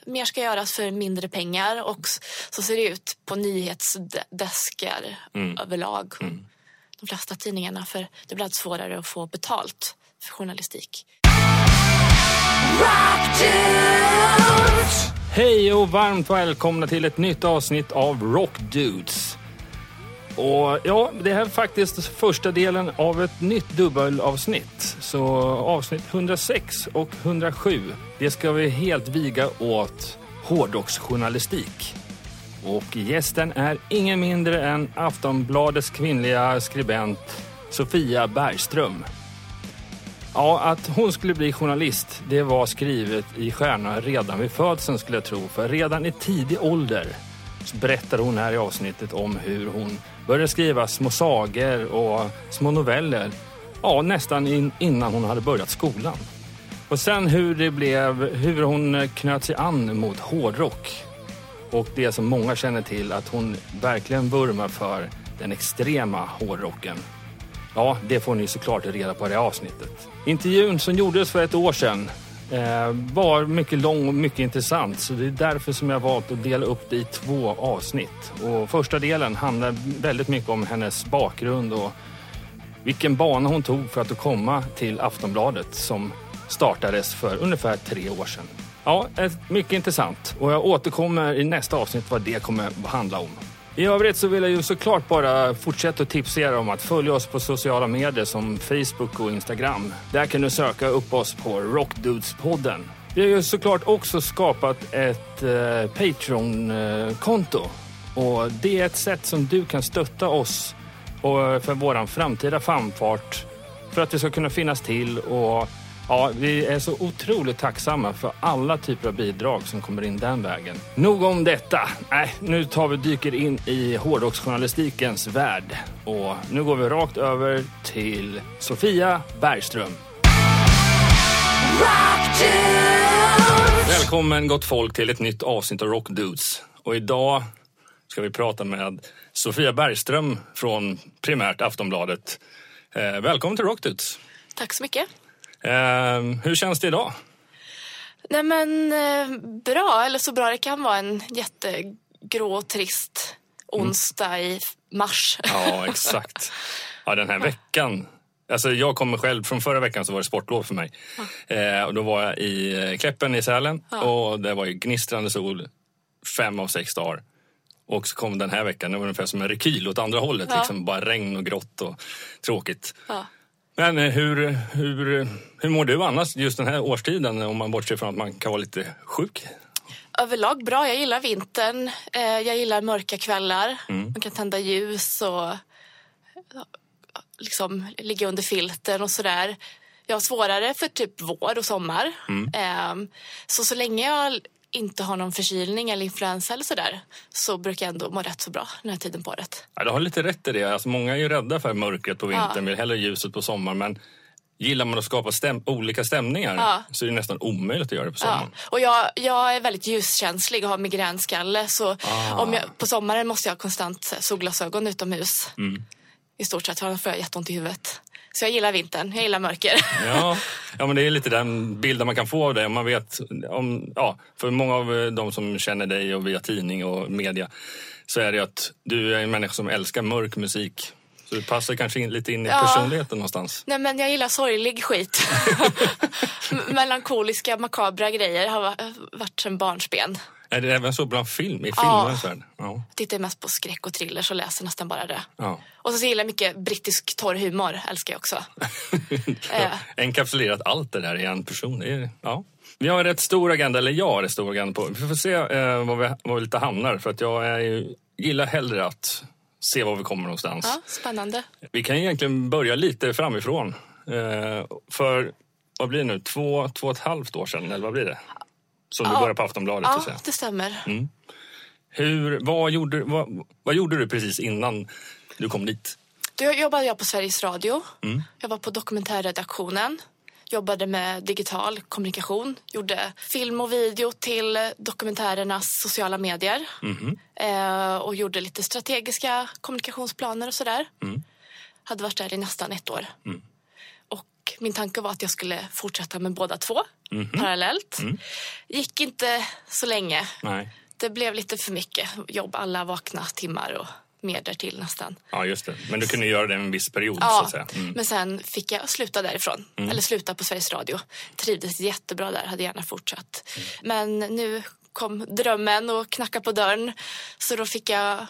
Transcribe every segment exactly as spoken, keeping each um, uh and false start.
mer ska göras för mindre pengar. Och så ser det ut på nyhetsdeskar mm. överlag. Mm. De flesta tidningarna, för det blir allt svårare att få betalt för journalistik. Hej och varmt välkomna till ett nytt avsnitt av Rock Dudes. Och ja, det här är faktiskt första delen av ett nytt dubbelavsnitt. Så avsnitt hundrasex och hundrasju, det ska vi helt viga åt hårdrocksjournalistik. Och gästen är ingen mindre än Aftonbladets kvinnliga skribent Sofia Bergström. Ja, att hon skulle bli journalist, det var skrivet i stjärnan redan vid födseln skulle jag tro. För redan i tidig ålder så berättar hon här i avsnittet om hur hon började skriva små sagor och små noveller. Ja, nästan in, innan hon hade börjat skolan. Och sen hur det blev, hur hon knöt sig an mot hårdrock. Och det som många känner till, att hon verkligen vurmar för den extrema hårdrocken. Ja, det får ni såklart reda på i det här avsnittet. Intervjun som gjordes för ett år sedan eh, var mycket lång och mycket intressant. Så det är därför som jag valt att dela upp det i två avsnitt. Och första delen handlar väldigt mycket om hennes bakgrund och vilken bana hon tog för att komma till Aftonbladet som startades för ungefär tre år sedan. Ja, mycket intressant. Och jag återkommer i nästa avsnitt vad det kommer att handla om. I övrigt så vill jag ju såklart bara fortsätta att tipsa er om att följa oss på sociala medier som Facebook och Instagram. Där kan du söka upp oss på Rockdudes-podden. Vi har ju såklart också skapat ett eh, Patreon-konto. Och det är ett sätt som du kan stötta oss och för våran framtida framfart. För att vi ska kunna finnas till och... Ja, vi är så otroligt tacksamma för alla typer av bidrag som kommer in den vägen. Nog om detta. Nej, nu tar vi dyker in i hårdrocksjournalistikens värld. Och nu går vi rakt över till Sofia Bergström. Välkommen gott folk till ett nytt avsnitt av Rock Dudes. Och idag ska vi prata med Sofia Bergström från primärt Aftonbladet. Eh, välkommen till Rock Dudes. Tack så mycket. Eh, hur känns det idag? Nej men eh, bra, eller så bra det kan vara en jättegrå och trist onsdag mm. i mars. Ja, exakt. Ja, den här veckan. Alltså jag kommer själv, från förra veckan så var det sportlov för mig. Ja. Eh, och då var jag i Kläppen i Sälen ja. Och det var ju gnistrande sol fem av sex dagar. Och så kom den här veckan, det var ungefär som en rekyl åt andra hållet. Ja. Liksom bara regn och grått och tråkigt. Ja. Men hur, hur, hur mår du annars just den här årstiden om man bortser från att man kan vara lite sjuk? Överlag bra, jag gillar vintern. Jag gillar mörka kvällar. Mm. Man kan tända ljus och liksom ligga under filtern och sådär. Jag har svårare för typ vår och sommar. Mm. Så så länge jag inte har någon förkylning eller influensa eller sådär så brukar jag ändå må rätt så bra den här tiden på året. Ja, du har lite rätt i det. Alltså, många är ju rädda för mörkret på vintern, ja. Vill hellre ljuset på sommaren. Men gillar man att skapa stäm- olika stämningar ja. Så är det nästan omöjligt att göra det på sommaren. Ja. Och jag, jag är väldigt ljuskänslig och har migränskalle. Så ah. om jag, på sommaren måste jag ha konstant solglasögon utomhus. Mm. I stort sett, för jag har jätteont i huvudet. Så jag gillar vintern, jag gillar mörker. Ja, ja, men det är lite den bilden man kan få av det. Man vet om, ja, för många av de som känner dig och via tidning och media så är det att du är en människa som älskar mörk musik. Så du passar kanske in, lite in i ja. personligheten någonstans. Nej, men jag gillar sorglig skit. Melankoliska, makabra grejer har varit som barnsben. Är det även så bland film? I filmens ja. värld? Ja. Tittar mest på skräck och thriller så läser nästan bara det. Ja. Och så gillar jag mycket brittisk torr humor, älskar jag också. Enkapsulerat allt det där i en person. Det är, ja. Vi har en rätt stor agenda, eller jag har en stor agenda på. Vi får se eh, var, vi, var vi lite hamnar. För att jag är ju, gillar hellre att se var vi kommer någonstans. Ja, spännande. Vi kan egentligen börja lite framifrån. Eh, för, vad blir det nu? Två, två och ett halvt år sedan, eller vad blir det? Som du ja. började på Aftonbladet. Ja, det, det stämmer. Mm. Hur, vad, gjorde, vad, vad gjorde du precis innan du kom dit? Då jobbade jag på Sveriges Radio. Mm. Jag var på dokumentärredaktionen. Jobbade med digital kommunikation. Gjorde film och video till dokumentärernas sociala medier. Mm. Eh, och gjorde lite strategiska kommunikationsplaner och sådär. Mm. Hade varit där i nästan ett år. Mm. Och min tanke var att jag skulle fortsätta med båda två Mm-hmm. parallellt. Mm. Gick inte så länge. Nej. Det blev lite för mycket jobb, alla vakna timmar och mer därtill nästan. Ja, just det. Men du kunde göra det en viss period, Ja, så att säga. Mm. men sen fick jag sluta därifrån. Mm. Eller sluta på Sveriges Radio. Trivdes jättebra där, hade gärna fortsatt. Mm. Men nu kom drömmen och knackade på dörren. Så då fick jag...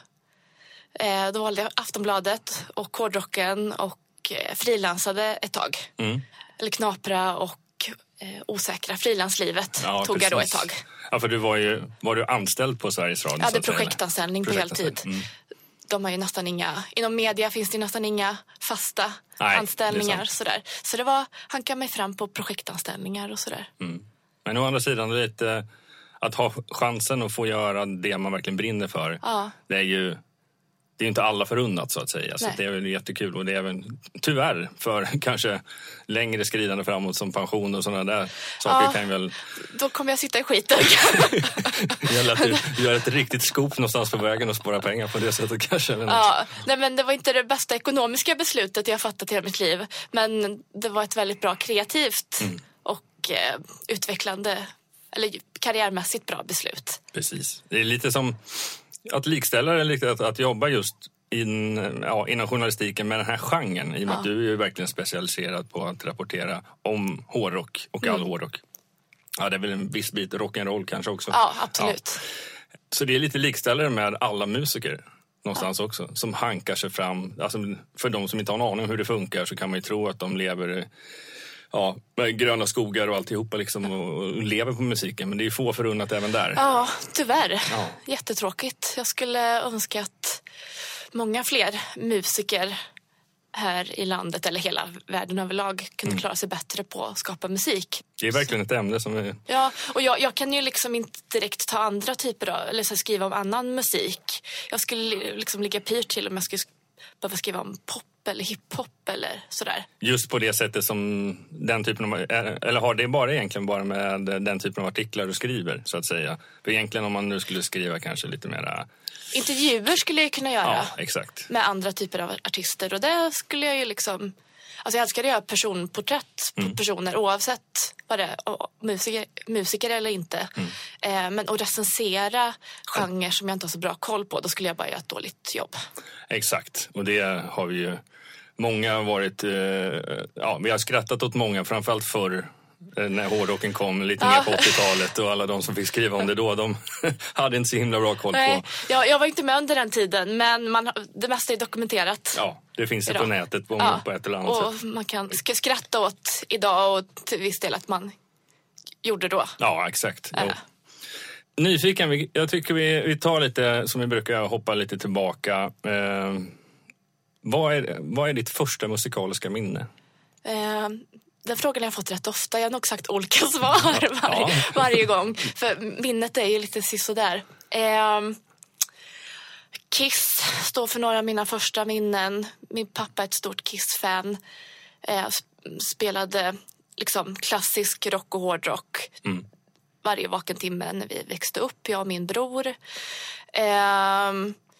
Eh, då valde jag Aftonbladet och Hårdrocken och eh, frilansade ett tag. Mm. Eller knapra och eh, osäkra. Frilanslivet Ja, tog precis. jag då ett tag. Ja, för du var ju var du anställd på Sveriges Radio? Jag hade så att säga, projektanställning på projektanställning. heltid. Mm. De har ju nästan inga... Inom media finns det nästan inga fasta Nej, anställningar. det är sant. Sådär. Så det var... Hanka mig fram på projektanställningar och sådär. Mm. Men å andra sidan, lite att ha chansen att få göra det man verkligen brinner för. Ja. Det är ju det är ju inte alla förunnat, så att säga. Så Nej. det är väl jättekul. Och det är även tyvärr för kanske längre skridande framåt som pension och sådana där saker Ja. kan väl... Då kommer jag sitta i skiten. Det gäller att du gör ett riktigt skop någonstans på vägen och spara pengar på det sättet kanske. Eller något. Ja, nej, men det var inte det bästa ekonomiska beslutet jag fattat i hela mitt liv. Men det var ett väldigt bra kreativt Mm. och eh, utvecklande, eller karriärmässigt bra beslut. Precis. Det är lite som att likställa det, lite att, att jobba just in, ja, inom journalistiken med den här genren. I och med Ja. att du är ju verkligen specialiserad på att rapportera om hårdrock och all Mm. hårdrock. Ja, det är väl en viss bit rock'n'roll kanske också. Ja, absolut. Ja. Så det är lite likställare med alla musiker någonstans ja. också. Som hankar sig fram. Alltså, för de som inte har en aning om hur det funkar så kan man ju tro att de lever... Ja, med gröna skogar och alltihopa liksom, och lever på musiken. Men det är ju få förunnat även där. Ja, tyvärr. Ja. Jättetråkigt. Jag skulle önska att många fler musiker här i landet, eller hela världen överlag, kunde Mm. klara sig bättre på att skapa musik. Det är verkligen ett ämne som är... Ja, och jag, jag kan ju liksom inte direkt ta andra typer av, eller så här, skriva om annan musik. Jag skulle liksom ligga pyrt till om jag skulle behöva skriva om pop eller hiphop eller sådär. Just på det sättet som den typen av... Eller har det bara egentligen bara med den typen av artiklar du skriver, så att säga? För egentligen om man nu skulle skriva kanske lite mera... Intervjuer skulle jag kunna göra. Ja, exakt. Med andra typer av artister. Och det skulle jag ju liksom... Alltså jag älskar att göra personporträtt på Mm. personer oavsett vad det är, musiker, musiker eller inte. Mm. Eh, men att recensera genrer som jag inte har så bra koll på, då skulle jag bara göra ett dåligt jobb. Exakt. Och det har vi ju... Många har varit... Eh, ja, vi har skrattat åt många, framförallt förr. När hårdrocken kom lite Ja. mer på åttiotalet och alla de som fick skriva om det då, de hade inte så himla bra koll Nej, på... jag, jag var inte med under den tiden, men man, har- det mesta är dokumenterat. Ja, det finns det Idag. på nätet på, Ja, på ett eller annat och sätt. man kan sk- skratta åt idag och till viss del att man gjorde då. Ja, exakt. Ja. Jo. Nyfiken, vi- jag tycker vi, vi tar lite, som vi brukar hoppa lite tillbaka. Eh, vad, är, vad är ditt första musikaliska minne? Eh, den frågan har jag fått rätt ofta. Jag har nog sagt olika svar Ja. varje, varje gång. För minnet är ju lite sisådär. Eh, Kiss står för några av mina första minnen. Min pappa är ett stort Kiss-fan. Eh, sp- spelade liksom klassisk rock och hårdrock. Mm. Varje vaken timme när vi växte upp, jag och min bror. Eh,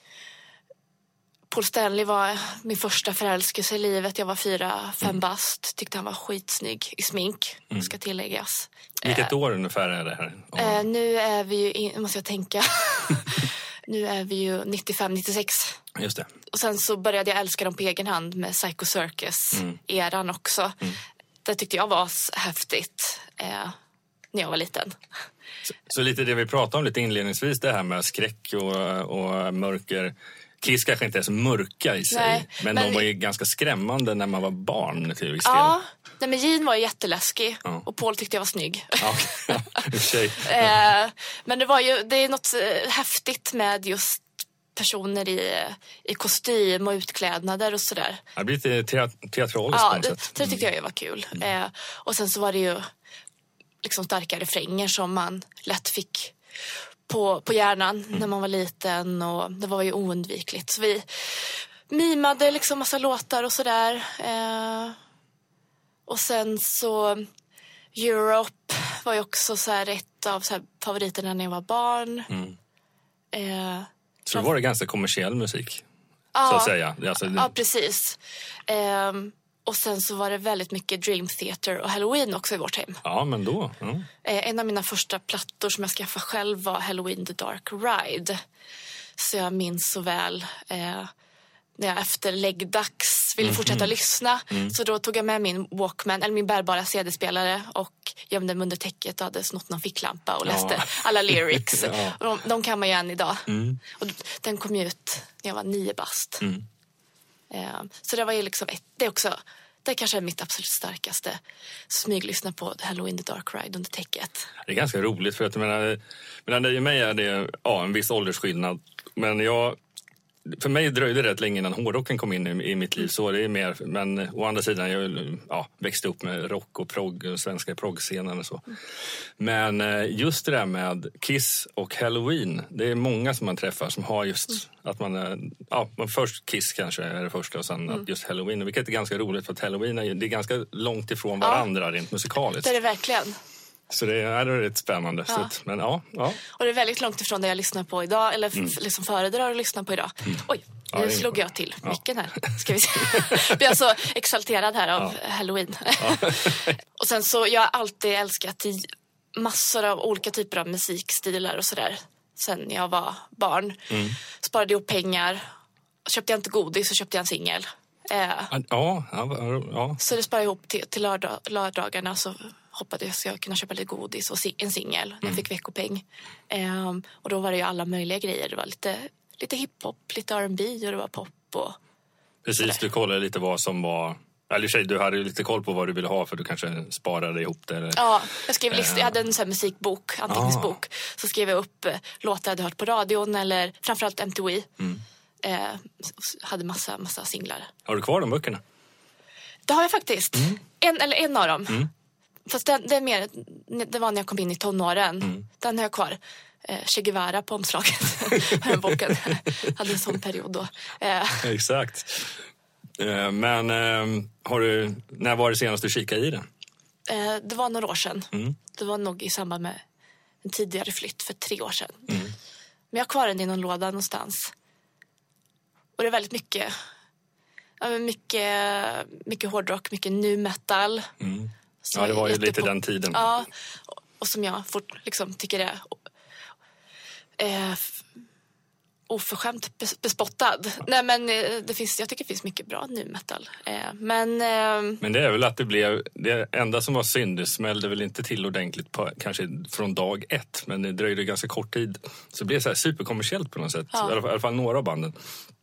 Paul Stanley var min första förälskelse i livet. Jag var fyra, fem bast. Tyckte han var skitsnygg i smink, Mm. ska tilläggas. Vilket år ungefär är det här? Eh, nu är vi ju, in, måste jag tänka, nu är vi ju nittiofem nittiosex. Just det. Och sen så började jag älska dem på egen hand med Psycho Circus-eran också. Mm. Det tyckte jag var s- häftigt eh, när jag var liten. Så, så lite det vi pratade om lite inledningsvis, det här med skräck och, och mörker. Kiss kanske inte är så mörka i sig, Nej, men, men- de var ju ganska skrämmande när man var barn till viss del. Ja, nej, men Jean var ju jätteläskig Ja. och Paul tyckte jag var snygg. Ja, i och för sig. Eh, men det var ju, det är något eh, häftigt med just personer i, i kostym och utklädnader och sådär. Det blir lite teat- teatraliskt Ja, på något det, sätt. det tyckte jag ju var kul. Eh, och sen så var det ju liksom starka refränger som man lätt fick på, på hjärnan när man var liten, och det var ju oundvikligt. Så vi mimade liksom massa låtar och sådär. Eh, och sen så Europe var ju också så här ett av så här favoriterna när jag var barn. Mm. Eh, Så det var det ganska kommersiell musik, ja, så att säga. Alltså, ja, precis. Eh, Och sen så var det väldigt mycket Dream Theater och Halloween också i vårt hem. Ja, men då. Mm. Eh, en av mina första plattor som jag skaffade själv var Halloween The Dark Ride. Så jag minns så väl eh, när jag efter läggdags ville mm, fortsätta mm. lyssna. Mm. Så då tog jag med min Walkman, eller min bärbara C D-spelare och gömde mig under täcket och hade snott någon ficklampa och läste ja. alla lyrics. ja. och de, de kan man ju än idag. Mm. Och den kom ju ut när jag var nio bast. Mm. Eh, så det var ju liksom ett, det också, det kanske är mitt absolut starkaste smyglyssna på Halloween The Dark Ride under täcket. Det är ganska roligt för att jag menar, mellan dig och mig är det ja, en viss åldersskillnad. Men jag, för mig dröjde det rätt länge innan hårdrocken kom in i, i mitt liv. Så det är mer, men å andra sidan jag ja, växte upp med rock och progg, svenska proggscenen och så. Mm. Men just det där med Kiss och Halloween, det är många som man träffar som har just mm. att man, ja, man först Kiss kanske är det första och sen mm. att just Halloween, vilket är ganska roligt för att Halloween är, det är ganska långt ifrån varandra ja. rent musikaliskt. Det är det verkligen. Så det är rätt spännande. Ja. Så att, men ja, ja. Och det är väldigt långt ifrån det jag lyssnar på idag. Eller mm. liksom föredrar att lyssna på idag. Mm. Oj, nu ja, slog jag till ja. micken här. Ska vi se. Jag är så exalterad här av ja. Halloween. Ja. Och sen så, jag har alltid älskat massor av olika typer av musikstilar och sådär. Sen jag var barn. Mm. Sparade ihop pengar. Köpte jag inte godis så köpte jag en singel. Eh, ja, ja, ja. Så det sparade ihop till, till lördag, lördagarna så hoppades jag kunna köpa lite godis och en singel när jag mm. fick veckopeng. Um, och då var det ju alla möjliga grejer. Det var lite, lite hiphop, lite R and B och det var pop. Och precis, du kollade lite vad som var... Eller tjej, du hade ju lite koll på vad du ville ha för du kanske sparade ihop det. Eller? Ja, jag skrev list, jag hade en sån här musikbok, anteckningsbok. Ah. Så skrev jag upp eh, låtar jag hade hört på radion eller framförallt M T V. Mm. Eh, hade massa, massa singlar. Har du kvar de böckerna? Det har jag faktiskt. Mm. En, eller en av dem. Mm. Fast det, det är mer, det var när jag kom in i tonåren. Mm. Den har jag kvar. Eh, Che Guevara på omslaget. Den boken. Hade en sån period då. Eh. Exakt. Eh, men eh, har du, när var det senast du kikade i den? Eh, det var några år sedan. Mm. Det var nog i samband med en tidigare flytt för tre år sedan. Mm. Men jag har kvar den i någon låda någonstans. Och det är väldigt mycket, ja, mycket, mycket hårdrock, mycket nu metal. Mm. Ja, det var ju lite på, den tiden. Ja, och, och som jag fort, liksom, tycker är eh, oförskämt bespottad. Nej, men det finns, jag tycker det finns mycket bra nu metal. Eh, men, eh, men det är väl att det blev, det enda som var synd, det smällde väl inte till ordentligt på, kanske från dag ett. Men det dröjde ganska kort tid. Så det blev så här superkommersiellt på något sätt. Ja. I, alla fall, I alla fall några av banden.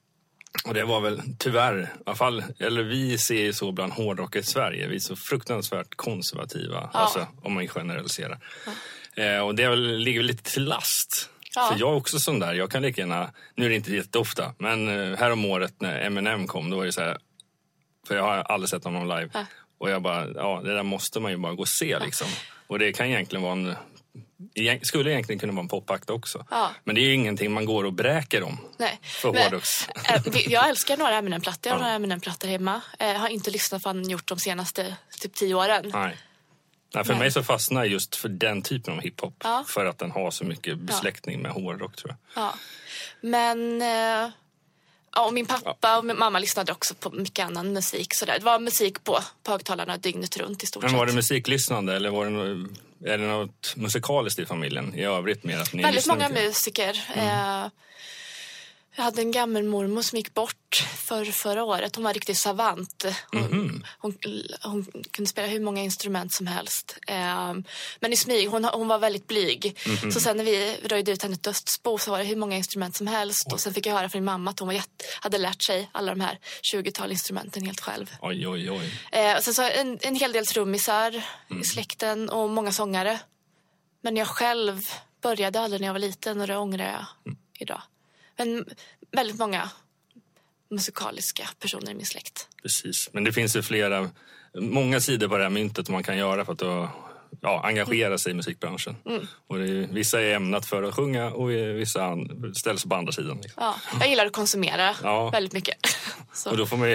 Och det var väl tyvärr, i alla fall, eller vi ser ju så bland hårdrock i Sverige, vi är så fruktansvärt konservativa, ja. Alltså om man generaliserar. Ja. Eh, och det är väl, ligger väl lite till last. Ja. För jag är också sån där, jag kan lika gärna, nu är det inte jätteofta, men eh, här om året när Eminem kom, då var det så här, för jag har aldrig sett honom live. Ja. Och jag bara, ja det där måste man ju bara gå och se liksom. Och det kan egentligen vara en... skulle egentligen kunna vara en popakt också. Ja. Men det är ju ingenting man går och bräker om. Nej. För hårdrox. Jag älskar några Eminem-plattor. Jag har några Eminem-plattor hemma. Jag har inte lyssnat på han gjort de senaste typ tio åren. Nej. Nej, för Nej. mig så fastnar just för den typen av hiphop. Ja. För att den har så mycket besläktning ja. med hårdrock tror jag. Ja. Men... Eh... Ja, och min pappa och min mamma lyssnade också på mycket annan musik. Så där. Det var musik på, på högtalarna dygnet runt i stort sett. Men var det musiklyssnande eller var det, no- är det något musikaliskt i familjen i övrigt? Mer att ni väldigt många mycket? musiker. Mm. Eh, jag hade en gammal mormor som gick bort för förra året. Hon var riktigt savant. Hon, mm-hmm. hon, hon kunde spela hur många instrument som helst. Eh, men i smyg, hon, hon var väldigt blyg. Mm-hmm. Så sen när vi röjde ut hennes dödsbo så var det hur många instrument som helst. Oj. Och sen fick jag höra från min mamma att hon var jätte, hade lärt sig alla de här tjugotal instrumenten helt själv. Oj, oj, oj. Eh, och sen så en, en hel del trummisar mm. i släkten och många sångare. Men jag själv började aldrig när jag var liten och det ångrar jag mm. idag. Men väldigt många musikaliska personer i min släkt. Precis, men det finns ju flera, många sidor på det här myntet man kan göra för att ja, engagera sig i musikbranschen. Mm. Och det är, vissa är ämnat för att sjunga och vissa ställs på andra sidan. Liksom. Ja, jag gillar att konsumera ja. väldigt mycket. Så. Och då får man ju,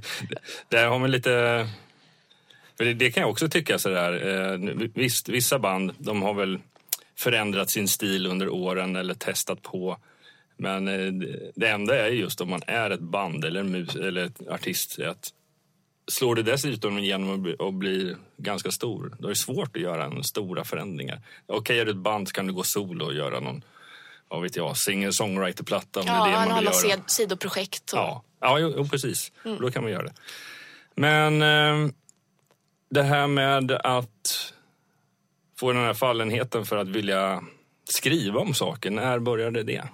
där har man lite, för det, det kan jag också tycka sådär, visst, vissa band, de har väl förändrat sin stil under åren eller testat på. Men det enda är just om man är ett band eller en mus- eller ett artist att slår du dessutom igenom och blir ganska stor, då är det svårt att göra en stora förändringar. Okej, är du ett band kan du gå solo och göra någon, vad vet jag, singer-songwriter-platta. Ja, det han man har vill något göra. sidoprojekt. Och... Ja, ja jo, jo, precis. Mm. Då kan man göra det. Men eh, det här med att få den här fallenheten för att vilja skriva om saker, när började det?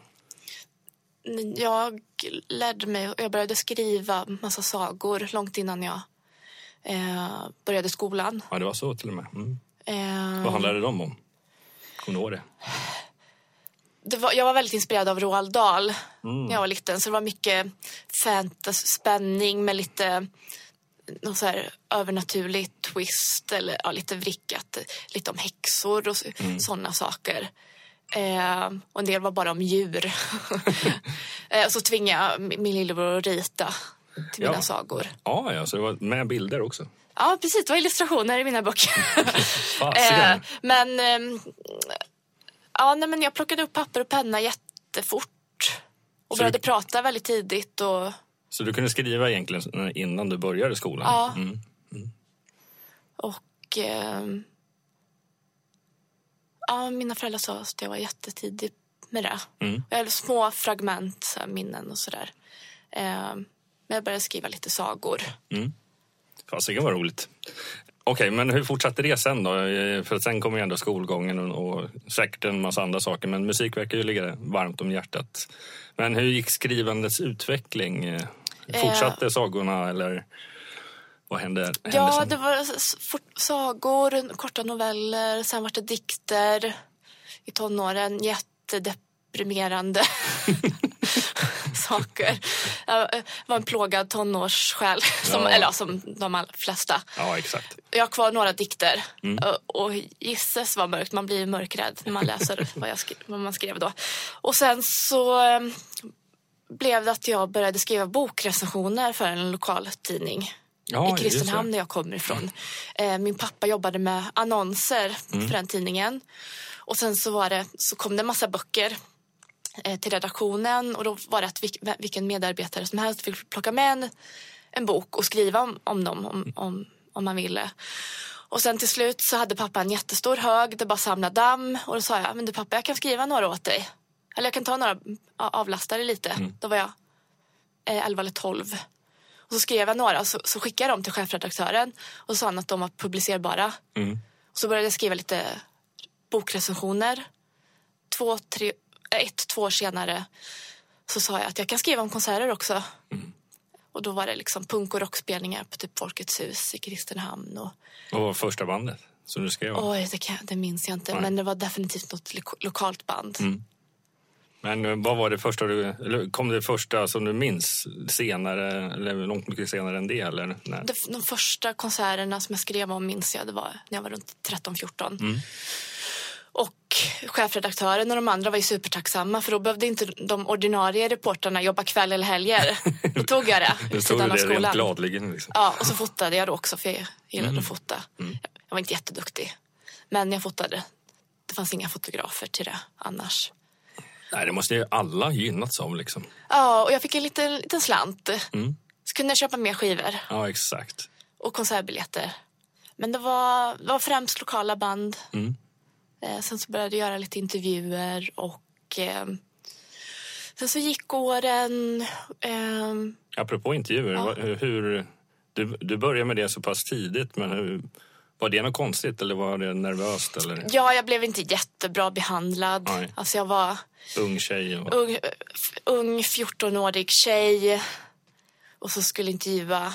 Jag lärde mig, jag började skriva massa sagor långt innan jag eh, började skolan. Ja, det var så till och med. Mm. Eh, Vad handlade de om? Kommer du ihåg det? det var, jag var väldigt inspirerad av Roald Dahl mm. när jag var liten. Så det var mycket fantasy, spänning med lite någon så här övernaturlig twist eller ja, lite vrickat, lite om häxor och mm. sådana saker. Eh, och en del var bara om djur. eh, så tvingade jag min lillebror att rita till mina ja. sagor. Ja, ja, så det var med bilder också. Ja, precis. Det var illustrationer i mina böcker. eh, men, eh, ja, nej, men jag plockade upp papper och penna jättefort. Och så började du... prata väldigt tidigt. Och... Så du kunde skriva egentligen innan du började skolan? Ja. Mm. Mm. Och... Eh, Ja, mina föräldrar sa att jag var jättetidig med det. Mm. Jag hade små fragment, så här, minnen och sådär. Eh, men jag började skriva lite sagor. Mm. Fasiken var roligt. Okej, okay, men hur fortsatte det sen då? För sen kom ju ändå skolgången och, och säkert en massa andra saker. Men musik verkar ju ligga varmt om hjärtat. Men hur gick skrivandets utveckling? Fortsatte eh. sagorna eller... Vad hände, hände ja, sen? Det var sagor, korta noveller, sen var det dikter i tonåren, jättedeprimerande saker. Jag var en plågad tonårssjäl, som, ja. eller som de allra flesta. Ja, exakt. Jag har kvar några dikter mm. och gisses var mörkt, man blir mörkrädd när man läser vad, jag skrev, vad man skrev då. Och sen så blev det att jag började skriva bokrecensioner för en lokal tidning. Ja, i Kristinehamn där jag kommer ifrån. Mm. Min pappa jobbade med annonser mm. för den tidningen. Och sen så, var det, så kom det en massa böcker till redaktionen. Och då var det att vilken medarbetare som helst fick plocka med en, en bok och skriva om, om dem om, om, om man ville. Och sen till slut så hade pappa en jättestor hög. Det bara samlade damm. Och då sa jag, men du pappa, jag kan skriva några åt dig. Eller jag kan ta några avlastare lite. Mm. Då var jag elva eller tolv. Och så skrev jag några och så, så skickade jag dem till chefredaktören. Och sa han att de var publicerbara. Mm. Och så började jag skriva lite bokrecensioner. Två, tre, ett, två år senare så sa jag att jag kan skriva om konserter också. Mm. Och då var det liksom punk- och rockspelningar på typ Folkets hus i Kristinehamn. Och vad var första bandet som du skrev om? Oj, det, kan, det minns jag inte. Nej. Men det var definitivt något lo- lokalt band. Mm. Men vad var det första du, eller kom det första som du minns senare, eller långt mycket senare än det? Eller? Nej. De, de första konserterna som jag skrev om minns jag, det var när jag var runt tretton fjorton. Mm. Och chefredaktören och de andra var ju supertacksamma, för då behövde inte de ordinarie reporterna jobba kväll eller helger. Då tog jag det. Du tog det rent gladligen. Liksom. Ja, och så fotade jag då också, för jag gillade mm. att fota. Mm. Jag var inte jätteduktig, men jag fotade. Det fanns inga fotografer till det annars. Nej, det måste ju alla gynnats av liksom. Ja, och jag fick en liten, liten slant. Mm. Så kunde jag köpa mer skivor. Ja, exakt. Och konsertbiljetter. Men det var, det var främst lokala band. Mm. Eh, sen så började jag göra lite intervjuer. Och eh, sen så gick åren. Eh, Apropå intervjuer, ja. hur, du, du började med det så pass tidigt. Men hur, var det något konstigt eller var det nervöst? Eller? Ja, jag blev inte jättebra behandlad. Nej. Alltså jag var... Ung tjej. Och... Ung, ung fjortonårig tjej. Och så skulle intervjua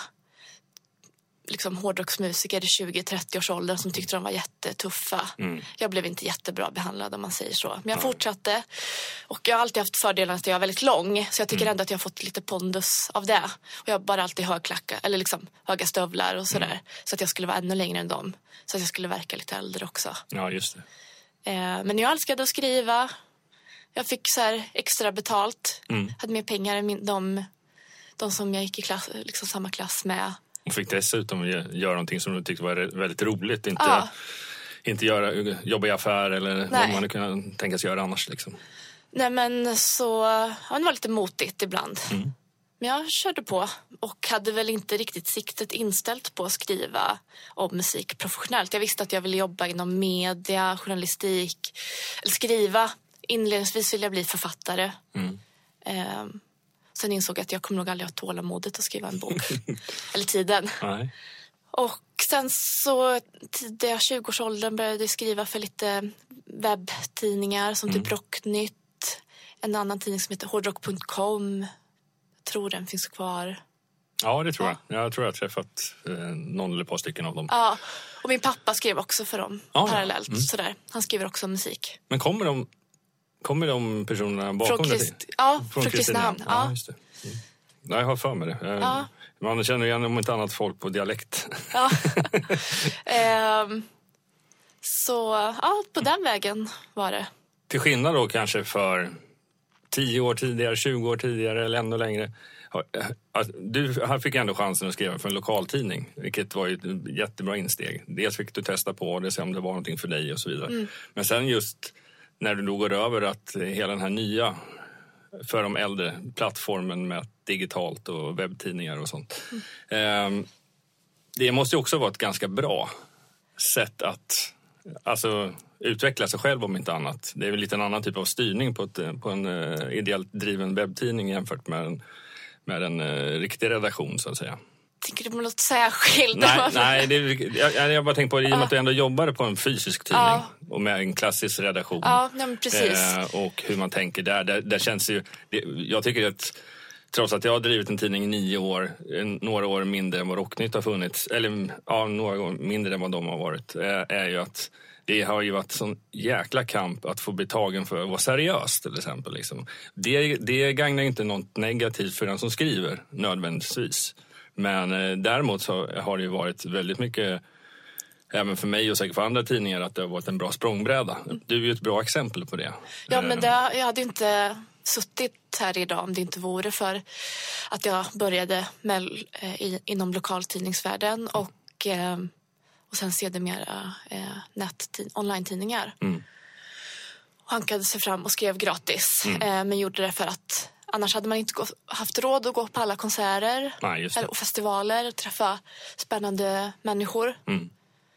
liksom hårdrocksmusiker i tjugo till trettio års åldern som tyckte de var jättetuffa. Mm. Jag blev inte jättebra behandlad om man säger så. Men jag Nej. fortsatte. Och jag har alltid haft fördelen att jag är väldigt lång. Så jag tycker mm. ändå att jag har fått lite pondus av det. Och jag har bara alltid högklacka, eller liksom höga stövlar och sådär. Mm. Så att jag skulle vara ännu längre än dem. Så att jag skulle verka lite äldre också. Ja, just det. Eh, men jag älskade att skriva. Jag fick så här extra betalt. Mm. Hade mer pengar än min, de, de som jag gick i klass, liksom samma klass med. Och fick dessutom göra någonting som du tyckte var väldigt roligt. Inte, ja. inte göra, jobba i affär eller Nej. vad man kunde tänkas göra annars. Liksom. Nej, men så... Ja, det var lite motigt ibland. Mm. Men jag körde på och hade väl inte riktigt siktet inställt på att skriva om musik professionellt. Jag visste att jag ville jobba inom media, journalistik, eller skriva. Inledningsvis ville jag bli författare. Mm. Eh, sen insåg jag att jag kommer nog aldrig ha tålamodet att skriva en bok. eller tiden. Nej. Och sen så tidiga tjugoårsåldern började jag skriva för lite webbtidningar som mm. typ Rocknytt. En annan tidning som heter hårdrock punkt com. Jag tror den finns kvar. Ja, det tror ja. jag. Jag tror jag har träffat eh, någon eller ett par stycken av dem. Ja, och min pappa skrev också för dem ja, parallellt. Mm. Sådär. Han skriver också musik. Men kommer de, kommer de personerna bakom från Christ, det? Ja, från, från Kristinehamn. Ja, ja, just det. Mm. Nej, jag har för mig det. Jag, ja. Man känner igen om inte annat folk på dialekt. Ja. ehm, så ja, på den vägen var det. Till skillnad då kanske för tio år tidigare, tjugo år tidigare eller ännu längre. Du här fick ändå chansen att skriva för en lokaltidning, vilket var ett jättebra insteg. Dels fick du testa på det, se om det var någonting för dig och så vidare. Mm. Men sen just när du då går över att hela den här nya, för de äldre, plattformen med digitalt och webbtidningar och sånt. Mm. Det måste ju också vara ett ganska bra sätt att alltså, utveckla sig själv om inte annat. Det är väl lite en annan typ av styrning på, ett, på en uh, ideellt driven webbtidning jämfört med en, med en uh, riktig redaktion så att säga. Tänker du på något särskilt? Nej, nej det, jag, jag bara tänker på det i och med att du ändå jobbade på en fysisk tidning ja. och med en klassisk redaktion. Ja, men precis. Eh, och hur man tänker där. Där, där känns ju, det, jag tycker att trots att jag har drivit en tidning i nio år, några år mindre än vad Rocknytt har funnits, eller ja, några år mindre än vad de har varit, är, är ju att det har ju varit sån jäkla kamp att få bli tagen för att vara seriöst till exempel. Liksom. Det, det gagnar inte något negativt för den som skriver nödvändigtvis. Men eh, däremot så har det ju varit väldigt mycket, även för mig och säkert för andra tidningar, att det har varit en bra språngbräda. Du är ju ett bra exempel på det. Ja, men det, jag hade inte suttit här idag om det inte vore för att jag började med, eh, i, inom lokaltidningsvärlden och, eh, och sen sedermera eh, nättid- online-tidningar. Mm. Och hankade sig fram och skrev gratis, mm. eh, men gjorde det för att annars hade man inte gå, haft råd att gå på alla konserter Nej, eller, och festivaler och träffa spännande människor. Mm.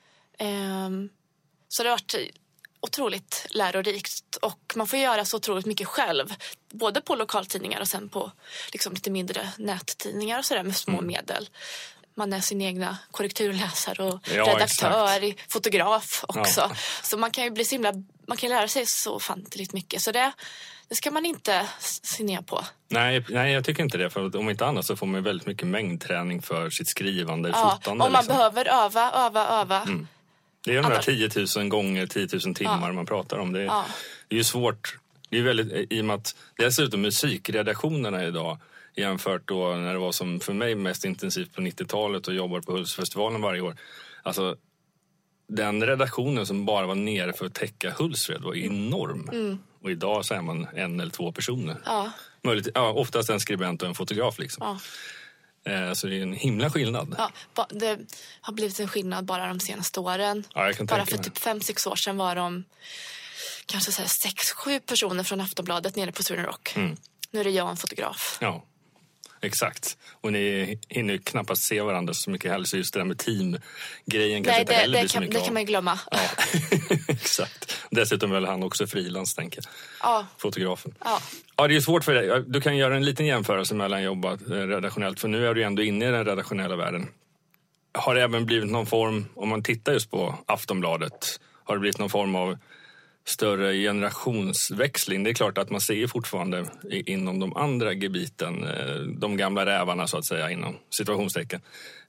Um, så det har varit otroligt lärorikt och man får göra så otroligt mycket själv. Både på lokaltidningar och sen på liksom, lite mindre nättidningar och sådär med små mm. medel. Man är sin egna korrekturläsare och ja, redaktör, exakt. Fotograf också. Ja. Så man kan ju bli så himla, man kan lära sig så ofantligt mycket. Så det, det ska man inte se ner på. Nej, nej, jag tycker inte det. För om inte annat så får man väldigt mycket mängdträning för sitt skrivande, ja, fotande. Och man liksom. behöver öva, öva, öva. Mm. Det är ju de där tio tusen gånger, tio tusen timmar ja. man pratar om. Det är, ja. det är ju svårt. Det är väldigt, i och med att dessutom musikredaktionerna idag jämfört då när det var som för mig mest intensivt på nittiotalet och jobbade på Hultsfestivalen varje år. Alltså den redaktionen som bara var nere för att täcka Hultsfred var enorm. Mm. Och idag så är man en eller två personer. Ja. Möjligt, ja, oftast en skribent och en fotograf liksom. Ja. Eh, så det är en himla skillnad. Ja, det har blivit en skillnad bara de senaste åren. Ja, jag kan bara tänka för mig. typ fem, sex år sedan var de kanske så här sex, sju personer från Aftonbladet nere på Sweden Rock. Mm. Nu är det jag och en fotograf. Ja. Exakt. Och ni hinner ju knappast se varandra så mycket heller. Så just det där med teamgrejen kanske Nej, inte det, heller det blir så kan, mycket det av. kan man ju glömma. Ja. Exakt. Dessutom väl han också frilans, tänker jag. Ja. Fotografen. Ja. Ja, det är svårt för dig. Du kan göra en liten jämförelse mellan jobba redaktionellt. För nu är du ändå inne i den redaktionella världen. Har det även blivit någon form, om man tittar just på Aftonbladet, har det blivit någon form av större generationsväxling? Det är klart att man ser fortfarande inom de andra gebiten, de gamla rävarna så att säga, inom situationstecken.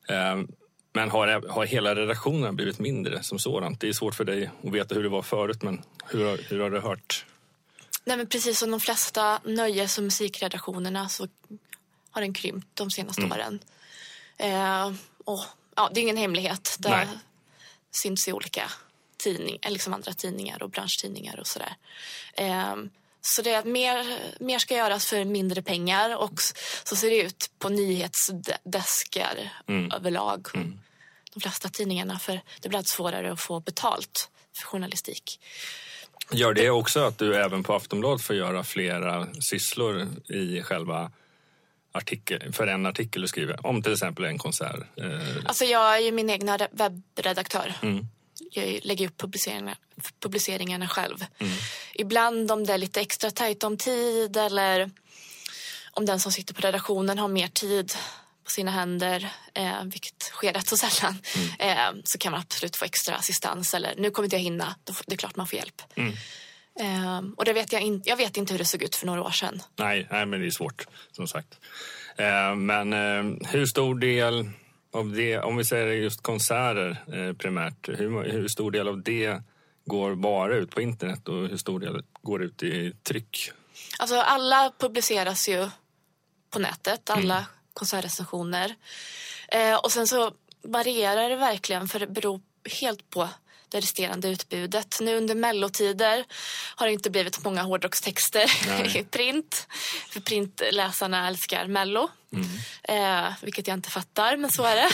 Men har, har hela redaktionen blivit mindre som sådant? Det är svårt för dig att veta hur det var förut, men hur, hur har du hört? Nej, men precis som de flesta nöjes- och musikredaktionerna så har den krympt de senaste mm. åren. Eh, och, ja, det är ingen hemlighet. Det Nej. syns i olika tidningar, liksom andra tidningar och branschtidningar och sådär. Eh, så det är mer, mer ska göras för mindre pengar och så ser det ut på nyhetsdeskar mm. överlag. Mm. De flesta tidningarna, för det blir allt svårare att få betalt för journalistik. Gör det också att du även på Aftonbladet får göra flera sysslor i själva artikel, för en artikel du skriver? Om till exempel en konsert. Eh... Alltså jag är ju min egna webbredaktör. Mm. Jag lägger upp publiceringarna, publiceringarna själv. Mm. Ibland om det är lite extra tajt om tid eller om den som sitter på redaktionen har mer tid på sina händer, eh, vilket sker rätt så sällan, mm. eh, så kan man absolut få extra assistans. Eller nu kommer inte jag hinna, då får, det är klart man får hjälp. Mm. Eh, och det vet jag, in, jag vet inte hur det såg ut för några år sedan. Nej, nej men det är svårt, som sagt. Eh, men eh, hur stor del av det, om vi säger just konserter eh, primärt, hur, hur stor del av det går bara ut på internet och hur stor del går ut i tryck? Alltså alla publiceras ju på nätet, alla mm. konsertrecensioner. Eh, och sen så varierar det verkligen, för det beror helt på det resterande utbudet. Nu under mellotider har det inte blivit många hårdrockstexter i print. För printläsarna älskar mello. Mm. Eh, vilket jag inte fattar, men så är det.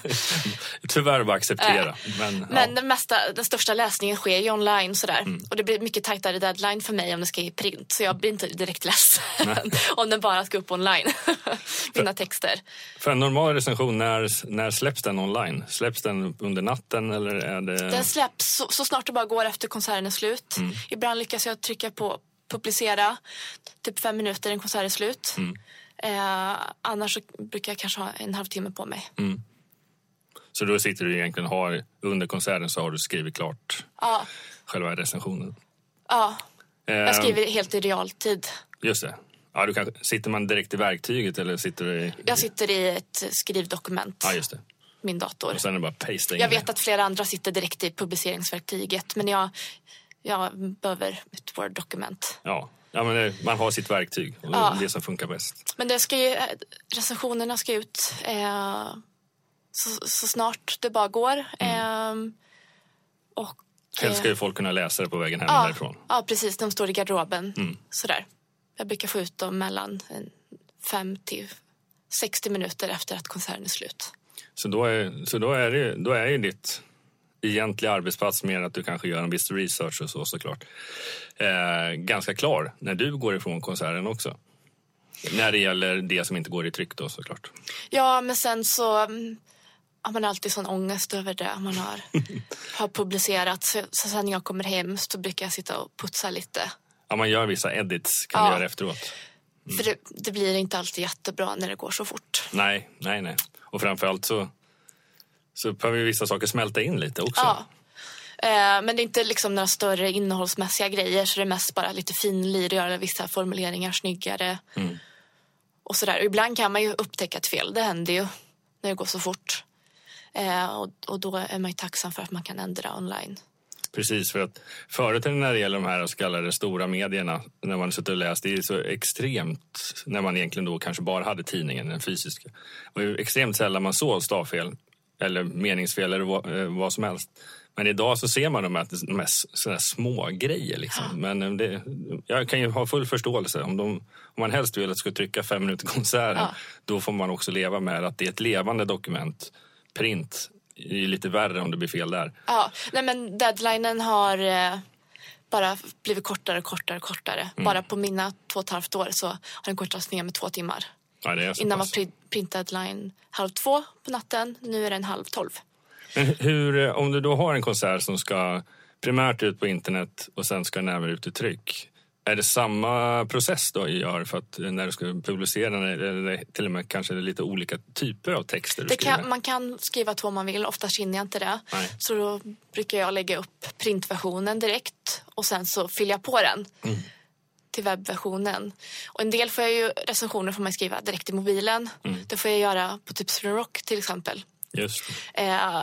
Tyvärr bara acceptera. Eh, men men ja. den, mesta, den största läsningen sker ju online. Sådär. Mm. Och det blir mycket tajtare deadline för mig om det ska i print. Så jag blir inte direkt ledsen om den bara ska upp online. Mina texter. För en normal recension, när, när släpps den online? Släpps den under natten eller är det... Den släpps så, så snart det bara går efter konserten är slut. Mm. Ibland lyckas jag trycka på publicera typ fem minuter en konsert är slut. Mm. Eh, annars så brukar jag kanske ha en halvtimme på mig. Mm. Så då sitter du egentligen har under konserten så har du skrivit klart ja. själva recensionen? Ja, eh, jag skriver helt i realtid. Just det. Ja, du kan, sitter man direkt i verktyget eller sitter du i... Jag sitter i ett skrivdokument. Ja, just det. Min dator. Och sen är det bara paste in. Jag vet att flera andra sitter direkt i publiceringsverktyget, men jag, jag behöver ett Word-dokument. Ja. Ja, men det, man har sitt verktyg och ja. det som funkar bäst. Men det ska ju, recensionerna ska ut eh, så, så snart det bara går. Mm. Eh, och, Helst ska ju folk kunna läsa det på vägen hem ja, därifrån. Ja, precis. De står i garderoben. Mm. Sådär. Jag brukar få ut dem mellan fem till sextio minuter efter att konserten är slut. Så då är, så då är, det, då är ju ditt egentliga arbetsplats mer att du kanske gör en viss research och så såklart. Eh, ganska klar när du går ifrån konserten också. När det gäller det som inte går i tryck då såklart. Ja, men sen så har man alltid sån ångest över det man har, har publicerat. Så, så sen när jag kommer hem så brukar jag sitta och putsa lite. Ja, man gör vissa edits kan ja. du göra efteråt. Mm. För det, det blir inte alltid jättebra när det går så fort. Nej, nej, nej. Och framförallt så, så behöver ju vissa saker smälta in lite också. Ja. Eh, men det är inte liksom några större innehållsmässiga grejer. Så det är mest bara lite finlir, göra vissa formuleringar snyggare. Mm. Och sådär. Och ibland kan man ju upptäcka ett fel. Det händer ju när det går så fort. Eh, och, och då är man ju tacksam för att man kan ändra online. Precis, för att förut när det gäller de här så kallade stora medierna, när man suttit och läst, det är så extremt, när man egentligen då kanske bara hade tidningen, den fysiska. Och det är extremt sällan man såg stavfel eller meningsfel eller vad, vad som helst. Men idag så ser man de här, de här sådana små grejer liksom. Ja. Men det, jag kan ju ha full förståelse. Om, de, om man helst vill att jag ska trycka fem minuter konserten, ja. då får man också leva med att det är ett levande dokument, print. Det är lite värre om det blir fel där. Ja, nej men deadlinen har eh, bara blivit kortare och kortare och kortare. Mm. Bara på mina två och ett halvt år så har den kortats ner med två timmar. Ja, det är så Innan pass. var print deadline halv två på natten, nu är den halv tolv. Men hur, om du då har en konsert som ska primärt ut på internet och sen ska närmare ut i tryck, är det samma process då jag gör för att när du ska publicera den, eller till och med kanske lite olika typer av texter du det skriver? Kan, man kan skriva två om man vill, ofta känner jag inte det. Nej. Så då brukar jag lägga upp printversionen direkt och sen så fyller jag på den mm. till webbversionen. Och en del får jag ju, recensioner får man skriva direkt i mobilen. Mm. Det får jag göra på typ Sweden Rock till exempel. Just eh,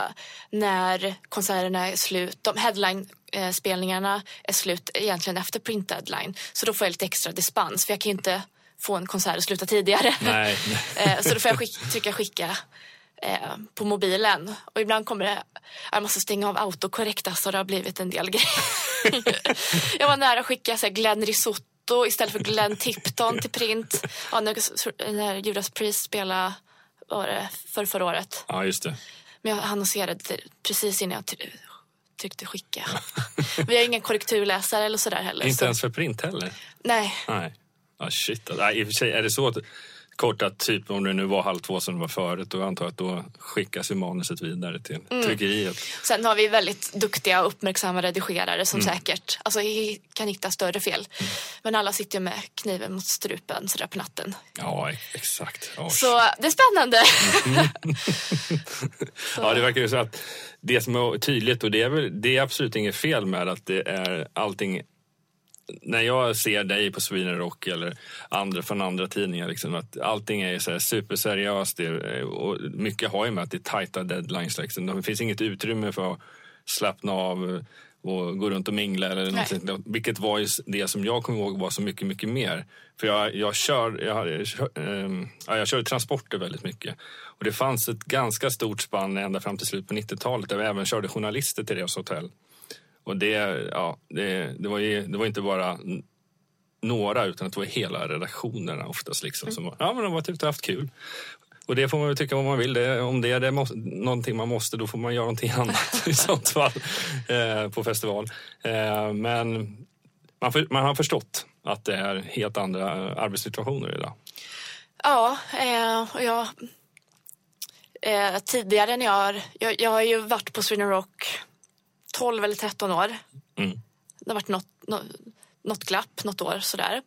när konserterna är slut, de headline-spelningarna är slut egentligen efter print deadline. Så då får jag lite extra dispens, för jag kan ju inte få en konsert att sluta tidigare. Nej. eh, så då får jag skick, trycka skicka eh, på mobilen. Och ibland kommer det, jag måste stänga av autokorrekt, så det har blivit en del grejer. Jag var nära att skicka så här, Glenn Risotto istället för Glenn Tipton till print. Ja, när, när Judas Priest spelade var det för förra året. Ja, just det. Men jag annonserade precis innan jag try- tryckte skicka. Vi har ingen korrekturläsare eller sådär heller. Inte så. ens för print heller? Nej. Nej. Ja, shit. Nej, i och för sig är det så att kort att typ om det nu var halv två som det var förut, då antar jag att då skickas ju manuset vidare till mm. tryckeriet. Sen har vi väldigt duktiga och uppmärksamma redigerare som mm. säkert alltså, kan hitta större fel. Mm. Men alla sitter ju med kniven mot strupen sådär på natten. Ja, exakt. Oh, så det är spännande. Mm. Ja, det verkar ju så att det som är tydligt, och det är, väl, det är absolut inget fel med att det är allting. När jag ser dig på Sweden Rock eller andra från andra tidningar liksom, att allting är så här superseriöst och mycket har ju med att det är tajta deadlines liksom. Det finns inget utrymme för att slappna av och gå runt och mingla eller något, vilket var ju det som jag kommer ihåg var så mycket mycket mer. För jag, jag kör jag, jag, kör, eh, jag kör transporter väldigt mycket. Och det fanns ett ganska stort spann ända fram till slut på nittiotalet där vi även körde journalister till deras hotell. Och det, ja, det, det, var ju, det var inte bara några utan det var hela redaktionerna oftast liksom. Som var, ja, men de var typ haft kul. Och det får man ju tycka vad man vill. Det, om det är det måste, någonting man måste, då får man göra någonting annat i sånt fall eh, på festival. Eh, men man, för, man har förstått att det är helt andra arbetssituationer idag. Ja, eh, och jag... Eh, tidigare när jag har... Jag, jag har ju varit på Sweden Rock tolv eller tretton år. Mm. Det har varit något, något, något glapp, något år sådär.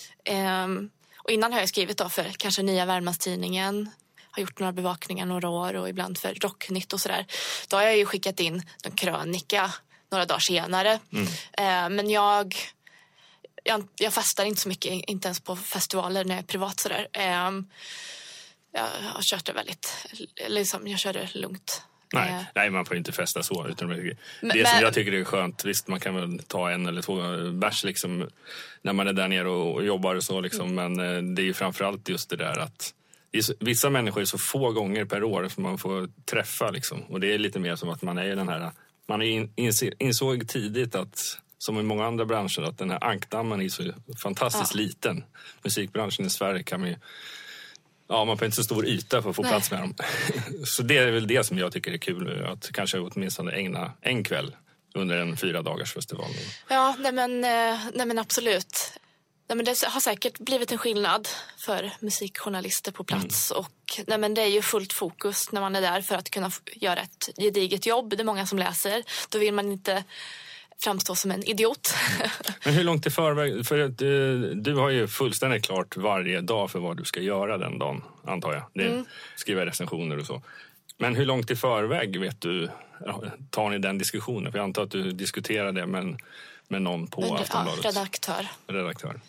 Um, och innan har jag skrivit då för kanske Nya Värmlandstidningen. Har gjort några bevakningar några år och ibland för Rocknytt och sådär. Då har jag ju skickat in en krönika några dagar senare. Mm. Uh, men jag, jag, jag fastar inte så mycket, inte ens på festivaler när jag är privat sådär. Um, jag har kört det väldigt, liksom, jag kör det lugnt. Nej, eh. nej, man får inte festa så. Utan det men, som men, jag tycker är skönt, visst man kan väl ta en eller två bärs liksom, när man är där nere och, och jobbar och så. Liksom, mm. Men eh, det är ju framförallt just det där att vissa människor är så få gånger per år som man får träffa. Liksom. Och det är lite mer som att man är den här, man är in, inse, insåg tidigt att, som i många andra branscher, att den här ankdammen är så fantastiskt ja. liten. Musikbranschen i Sverige kan man ju ja, man får inte så stor yta för att få Nej. plats med dem. Så det är väl det som jag tycker är kul. Att kanske åtminstone ägna en kväll under en fyra dagars festival. Ja, nej men, nej men absolut. Nej men det har säkert blivit en skillnad för musikjournalister på plats. Mm. Och nej men det är ju fullt fokus när man är där för att kunna göra ett gediget jobb. Det är många som läser. Då vill man inte framstå som en idiot. Men hur långt i förväg? För att, du, du har ju fullständigt klart varje dag för vad du ska göra den dagen, antar jag. Det mm. skriva recensioner och så. Men hur långt i förväg vet du, tar ni den diskussionen? För jag antar att du diskuterar det med, med någon på Men, Aftonbladet. Ja, redaktör. Redaktör.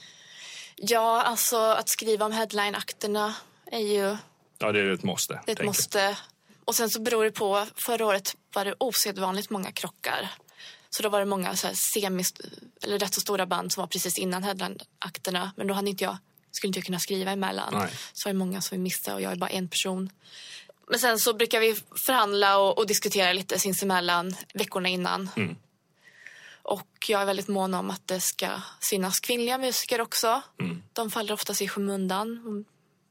Ja, alltså att skriva om headline-akterna är ju... Ja, det är ett måste. Det är ett måste. Och sen så beror det på, förra året var det osedvanligt många krockar. Så då var det många så här semi, eller rätt så stora band som var precis innan headline-akterna. Men då hade inte jag, skulle inte jag kunna skriva emellan. Nej. Så var det många som vi missade och jag är bara en person. Men sen så brukar vi förhandla och, och diskutera lite sinsemellan veckorna innan. Mm. Och jag är väldigt mån om att det ska synas kvinnliga musiker också. Mm. De faller oftast i skymundan.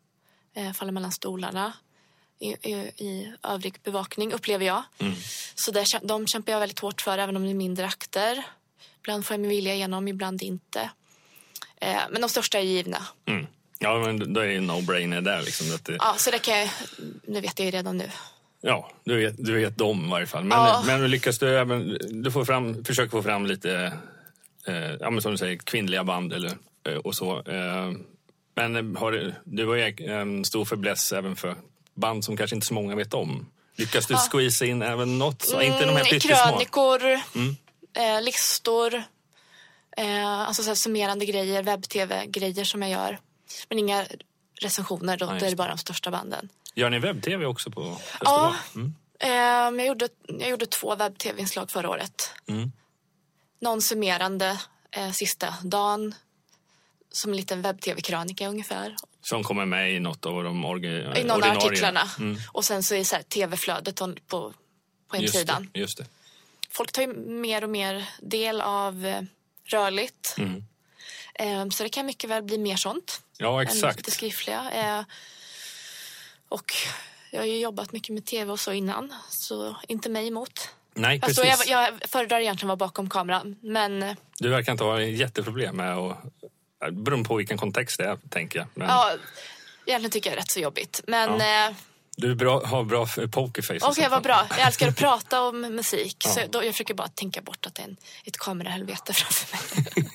De faller mellan stolarna. I, i, i övrig bevakning upplever jag. Mm. Så där, de kämpar jag väldigt hårt för även om det är mindre akter. Ibland får jag min vilja igenom, ibland inte. Eh, men de största är givna. Mm. Ja, men då är det ju no-brainer där. Liksom, att det... Ja, så det kan jag, nu vet jag ju redan nu. Ja, du vet, du vet dem i varje fall. Men, ja. men lyckas du även, du får fram, försöker få fram lite, eh, ja men som du säger, kvinnliga band eller, eh, och så. Eh, men har du, du var ju en stor fäbless även för band som kanske inte så många vet om. Lyckas du ja. squeeza in även något? Så, mm, inte de här krönikor, mm. eh, listor, eh, alltså så här summerande grejer, webb-tv-grejer som jag gör. Men inga recensioner, då, ja, då är det bara de största banden. Gör ni webb-tv också på festival? Ja, mm. eh, jag, gjorde, jag gjorde två webb-tv-inslag förra året. Mm. Någon summerande eh, sista dagen, som en liten webb-tv-krönika ungefär. Som kommer med i något av de orga, I någon av artiklarna. Mm. Och sen så är så här tv-flödet på, på en just sidan. Det, just det. Folk tar ju mer och mer del av eh, rörligt. Mm. Eh, så det kan mycket väl bli mer sånt. Ja, exakt. Än det skriftliga. Eh, och jag har ju jobbat mycket med tv och så innan. Så inte mig emot. Nej, precis. Alltså, jag, jag föredrar egentligen vara bakom kameran. Men... Du verkar inte ha en jätteproblem med att... Beroende på vilken kontext det är, tänker jag. Men... Ja, egentligen tycker jag är rätt så jobbigt. Men... Ja. Eh, Du är bra, har bra pokerface. Okej, okay, vad bra. Jag älskar att prata om musik. Ja. Så då, jag försöker bara tänka bort att det är en, ett kamerahelvete framför mig.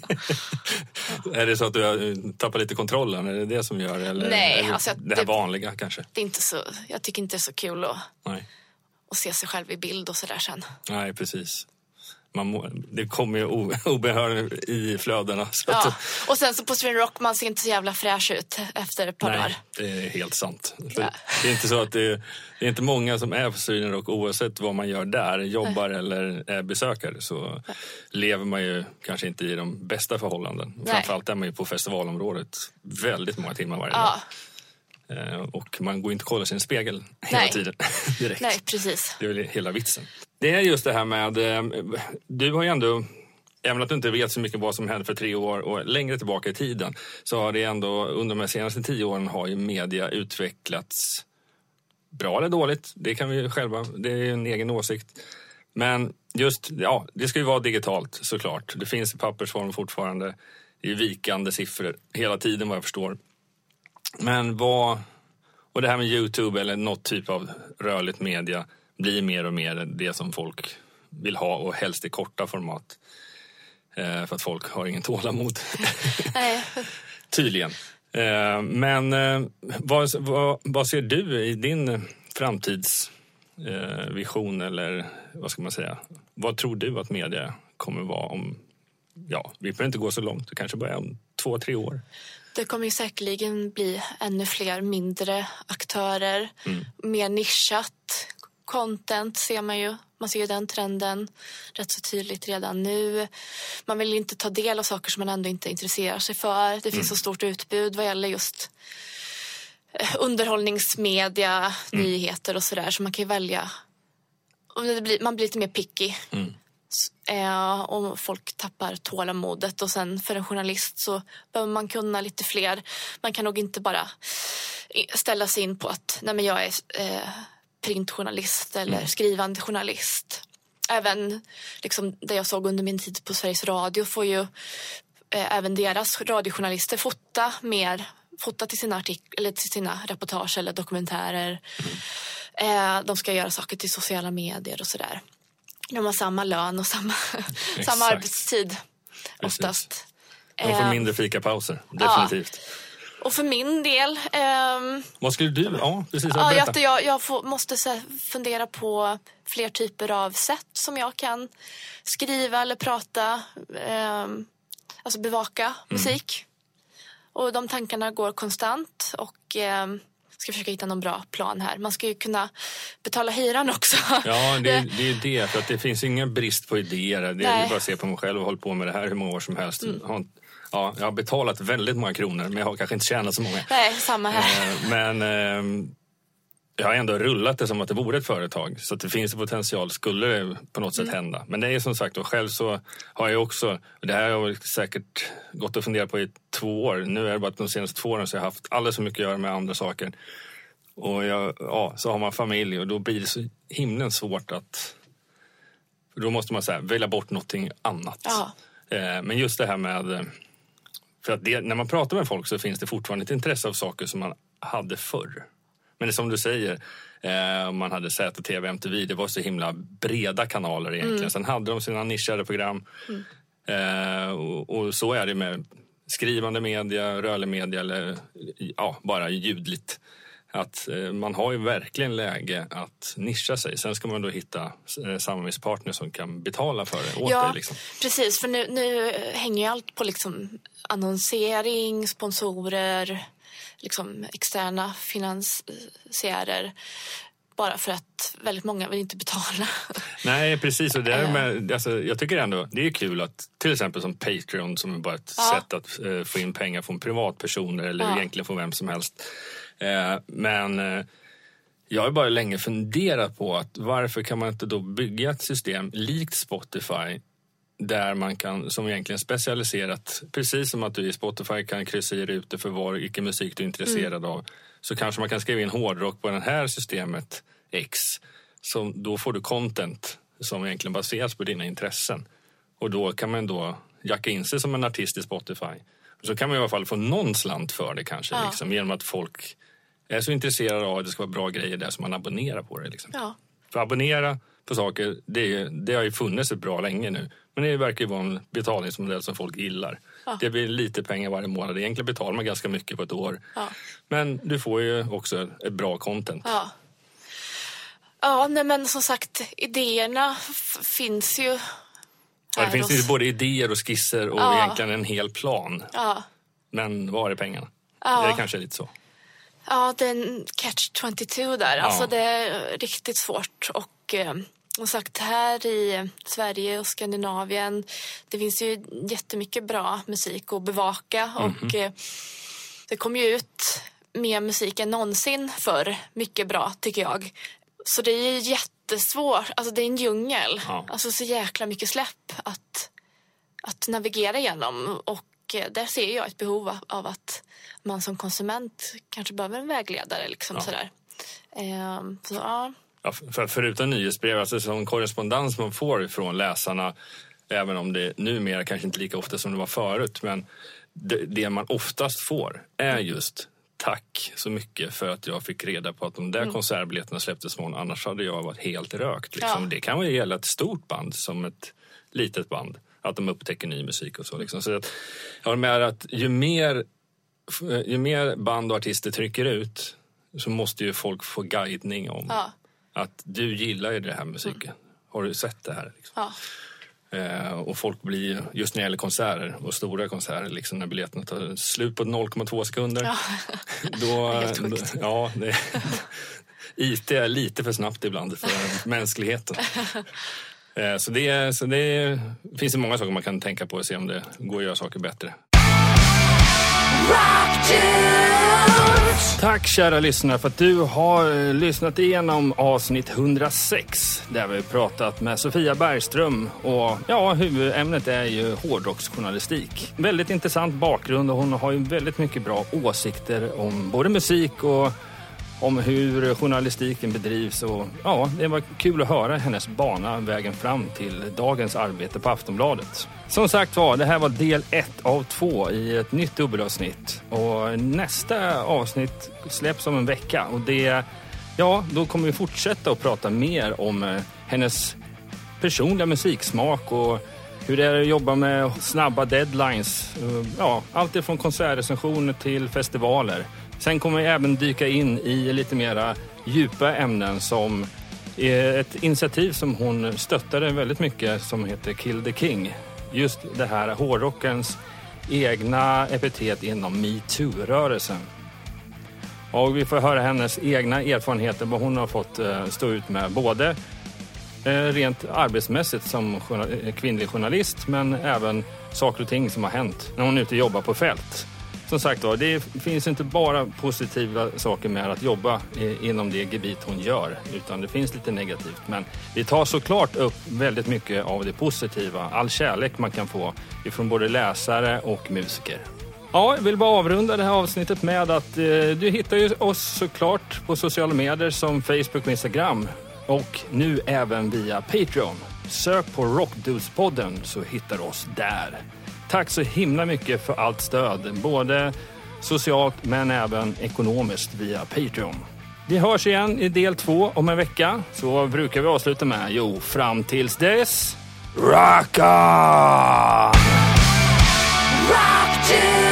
Ja. Är det så att du tappar lite kontrollen? Är det det som gör? Eller Nej, är det, alltså, det här det, vanliga kanske? Det är inte så, jag tycker inte det är så kul att, Nej. att se sig själv i bild och sådär sen. Nej, precis. Man må, det kommer ju obehör i flödena. Så ja. att, och sen så på Sweden Rock, man ser inte så jävla fräsch ut efter ett par nej, dagar. Det är helt sant. Ja. Det är inte så att det, det är inte många som är på Sweden Rock oavsett vad man gör där, jobbar nej. eller är besökare, så nej. lever man ju kanske inte i de bästa förhållanden. Nej. Framförallt är man ju på festivalområdet väldigt många timmar varje ja. dag. Och man går inte och kollar sin spegel nej. hela tiden direkt. Nej, precis. Det är väl hela vitsen. Det är just det här med, du har ju ändå, även att du inte vet så mycket vad som hände för tre år och längre tillbaka i tiden, så har det ändå under de senaste tio åren har ju media utvecklats bra eller dåligt. Det kan vi ju själva, det är en egen åsikt. Men just, ja, det ska ju vara digitalt såklart. Det finns i pappersform fortfarande, i vikande siffror hela tiden vad jag förstår. Men vad, och det här med YouTube eller något typ av rörligt media blir mer och mer det som folk vill ha, och helst i korta format. Eh, för att folk har ingen tålamod. Nej. Tydligen. Eh, men eh, vad, vad, vad ser du i din framtidsvision, eh, eller vad ska man säga? Vad tror du att media kommer vara om, ja, vi får inte gå så långt, det kanske bara är om två, tre år. Det kommer ju säkerligen bli ännu fler mindre aktörer, mm. mer nischat content ser man ju. Man ser ju den trenden rätt så tydligt redan nu. Man vill inte ta del av saker som man ändå inte intresserar sig för. Det finns mm. så stort utbud vad gäller just underhållningsmedia, mm. nyheter och sådär. Så man kan ju välja. Och det blir, man blir lite mer picky. Mm. Eh, och folk tappar tålamodet. Och sen för en journalist så behöver man kunna lite fler. Man kan nog inte bara ställa sig in på att nej men jag är... Eh, printjournalist eller mm. skrivande journalist. Även liksom, det jag såg under min tid på Sveriges Radio får ju eh, även deras radiojournalister fota mer, fota till sina artik- eller till sina reportage eller dokumentärer. Mm. Eh, de ska göra saker till sociala medier och sådär. De har samma lön och samma, samma arbetstid. Precis. Oftast. De får mindre fikapauser, definitivt. Ja. Och för min del... Ehm, Vad skulle du... Ja, precis. Ja, att jag, jag får, måste så fundera på fler typer av sätt som jag kan skriva eller prata. Ehm, alltså bevaka mm. musik. Och de tankarna går konstant. Och ehm, ska försöka hitta någon bra plan här. Man ska ju kunna betala hyran också. Ja, det, det är ju det. För att det finns ingen brist på idéer. Det är ju bara att se på mig själv och hålla på med det här hur många år som helst. Mm. Ja, jag har betalat väldigt många kronor, men jag har kanske inte tjänat så många. Nej, samma här. Men eh, jag har ändå rullat det som att det vore ett företag. Så att det finns potential, skulle det på något sätt mm. hända. Men det är som sagt, och själv så har jag också, det här har jag säkert gått och funderat på i två år. Nu är det bara att de senaste två åren så jag har haft alldeles så mycket att göra med andra saker. Och jag, ja, så har man familj och då blir det så himlen svårt att, då måste man så här, välja bort någonting annat. Ja. Eh, men just det här med... För att det, när man pratar med folk så finns det fortfarande ett intresse av saker som man hade förr. Men det är som du säger, eh, man hade Z T V, M T V, det var så himla breda kanaler egentligen. Mm. Sen hade de sina nischade program. Mm. Eh, och, och så är det med skrivande media, rörlig media eller ja, bara ljudligt. Att eh, man har ju verkligen läge att nischa sig. Sen ska man då hitta eh, samarbetspartner som kan betala för det åt ja, dig. Liksom. Precis. För nu, nu hänger ju allt på liksom annonsering, sponsorer, liksom externa finansiärer. Bara för att väldigt många vill inte betala. Nej, precis. Och det är med, alltså, jag tycker ändå det är kul att till exempel som Patreon som är bara ett ja. sätt att eh, få in pengar från privatpersoner eller ja. egentligen från vem som helst. Eh, men eh, jag har bara länge funderat på att varför kan man inte då bygga ett system likt Spotify där man kan, som egentligen specialiserat, precis som att du i Spotify kan kryssa i rutor för var icke musik du är intresserad mm. av, så kanske man kan skriva in hårdrock på det här systemet X, så då får du content som egentligen baseras på dina intressen och då kan man då jacka in sig som en artist i Spotify Så kan man i alla fall få någon slant för det kanske. Ja. Liksom, genom att folk är så intresserade av att det ska vara bra grejer där som man abonnerar på det. Liksom. Ja. För abonnera på saker, det, det har ju funnits ett bra länge nu. Men det verkar ju vara en betalningsmodell som folk gillar. Ja. Det blir lite pengar varje månad. Egentligen betalar man ganska mycket på ett år. Ja. Men du får ju också ett bra content. Ja, ja nej, men som sagt, idéerna f- finns ju. Ja, det finns ju både idéer och skisser och ja. egentligen en hel plan. Ja. Men var är pengarna? Ja. Det är kanske lite så. Ja, det är en catch tjugotvå där. Ja. Alltså det är riktigt svårt. Och eh, som sagt, här i Sverige och Skandinavien, det finns ju jättemycket bra musik att bevaka. Mm-hmm. Och eh, det kommer ju ut mer musik än någonsin för mycket bra, tycker jag. Så det är jättesvårt. Alltså det är en djungel. Ja. Alltså så jäkla mycket släpp att, att navigera igenom. Och där ser jag ett behov av att man som konsument kanske behöver en vägledare. Liksom, ja. Sådär. Ehm, så, ja. Ja, för, förutom nyhetsbrev, alltså som korrespondens man får från läsarna, även om det numera kanske inte lika ofta som det var förut, men det, det man oftast får är just tack så mycket för att jag fick reda på att de där mm. konsertbiljetterna släpptes imorgon, annars hade jag varit helt rökt. Liksom. Ja. Det kan ju gälla ett stort band som ett litet band. Att de upptäcker ny musik och så. Liksom. Så att, jag har med att ju mer, ju mer band och artister trycker ut så måste ju folk få guidning om ja. att du gillar ju det här musiken. Mm. Har du sett det här? Liksom? Ja. Eh, och folk blir, just när det gäller konserter och stora konserter, liksom när biljetterna tar slut på noll komma två sekunder. Ja. Då, det är ja, det, I T är lite för snabbt ibland för mänskligheten. Så det, så det finns det många saker man kan tänka på och se om det går att göra saker bättre. Tack kära lyssnare för att du har lyssnat igenom avsnitt hundrasex där vi pratat med Sofia Bergström och ja, huvudämnet är ju hårdrocksjournalistik. Väldigt intressant bakgrund och hon har ju väldigt mycket bra åsikter om både musik och om hur journalistiken bedrivs och ja, det var kul att höra hennes bana vägen fram till dagens arbete på Aftonbladet. Som sagt var, det här var del ett av två i ett nytt dubbelavsnitt och nästa avsnitt släpps om en vecka och det, ja, då kommer vi fortsätta att prata mer om hennes personliga musiksmak och hur det är att jobba med snabba deadlines, ja, allt ifrån konsertrecensioner till festivaler. Sen kommer vi även dyka in i lite mera djupa ämnen som ett initiativ som hon stöttade väldigt mycket som heter Kill the King. Just det här hårdrockens egna epitet inom MeToo-rörelsen. Och vi får höra hennes egna erfarenheter vad hon har fått stå ut med både rent arbetsmässigt som kvinnlig journalist men även saker och ting som har hänt när hon är ute och jobbar på fält. Som sagt då, det finns inte bara positiva saker med att jobba inom det gebit hon gör, utan det finns lite negativt. Men vi tar såklart upp väldigt mycket av det positiva, all kärlek man kan få ifrån både läsare och musiker. Ja, jag vill bara avrunda det här avsnittet med att eh, du hittar ju oss såklart på sociala medier som Facebook och Instagram och nu även via Patreon. Sök på Rockdudes-podden så hittar du oss där. Tack så himla mycket för allt stöd, både socialt men även ekonomiskt via Patreon. Vi hörs igen i del två om en vecka, så brukar vi avsluta med, jo, fram tills dess, rock on! Rock to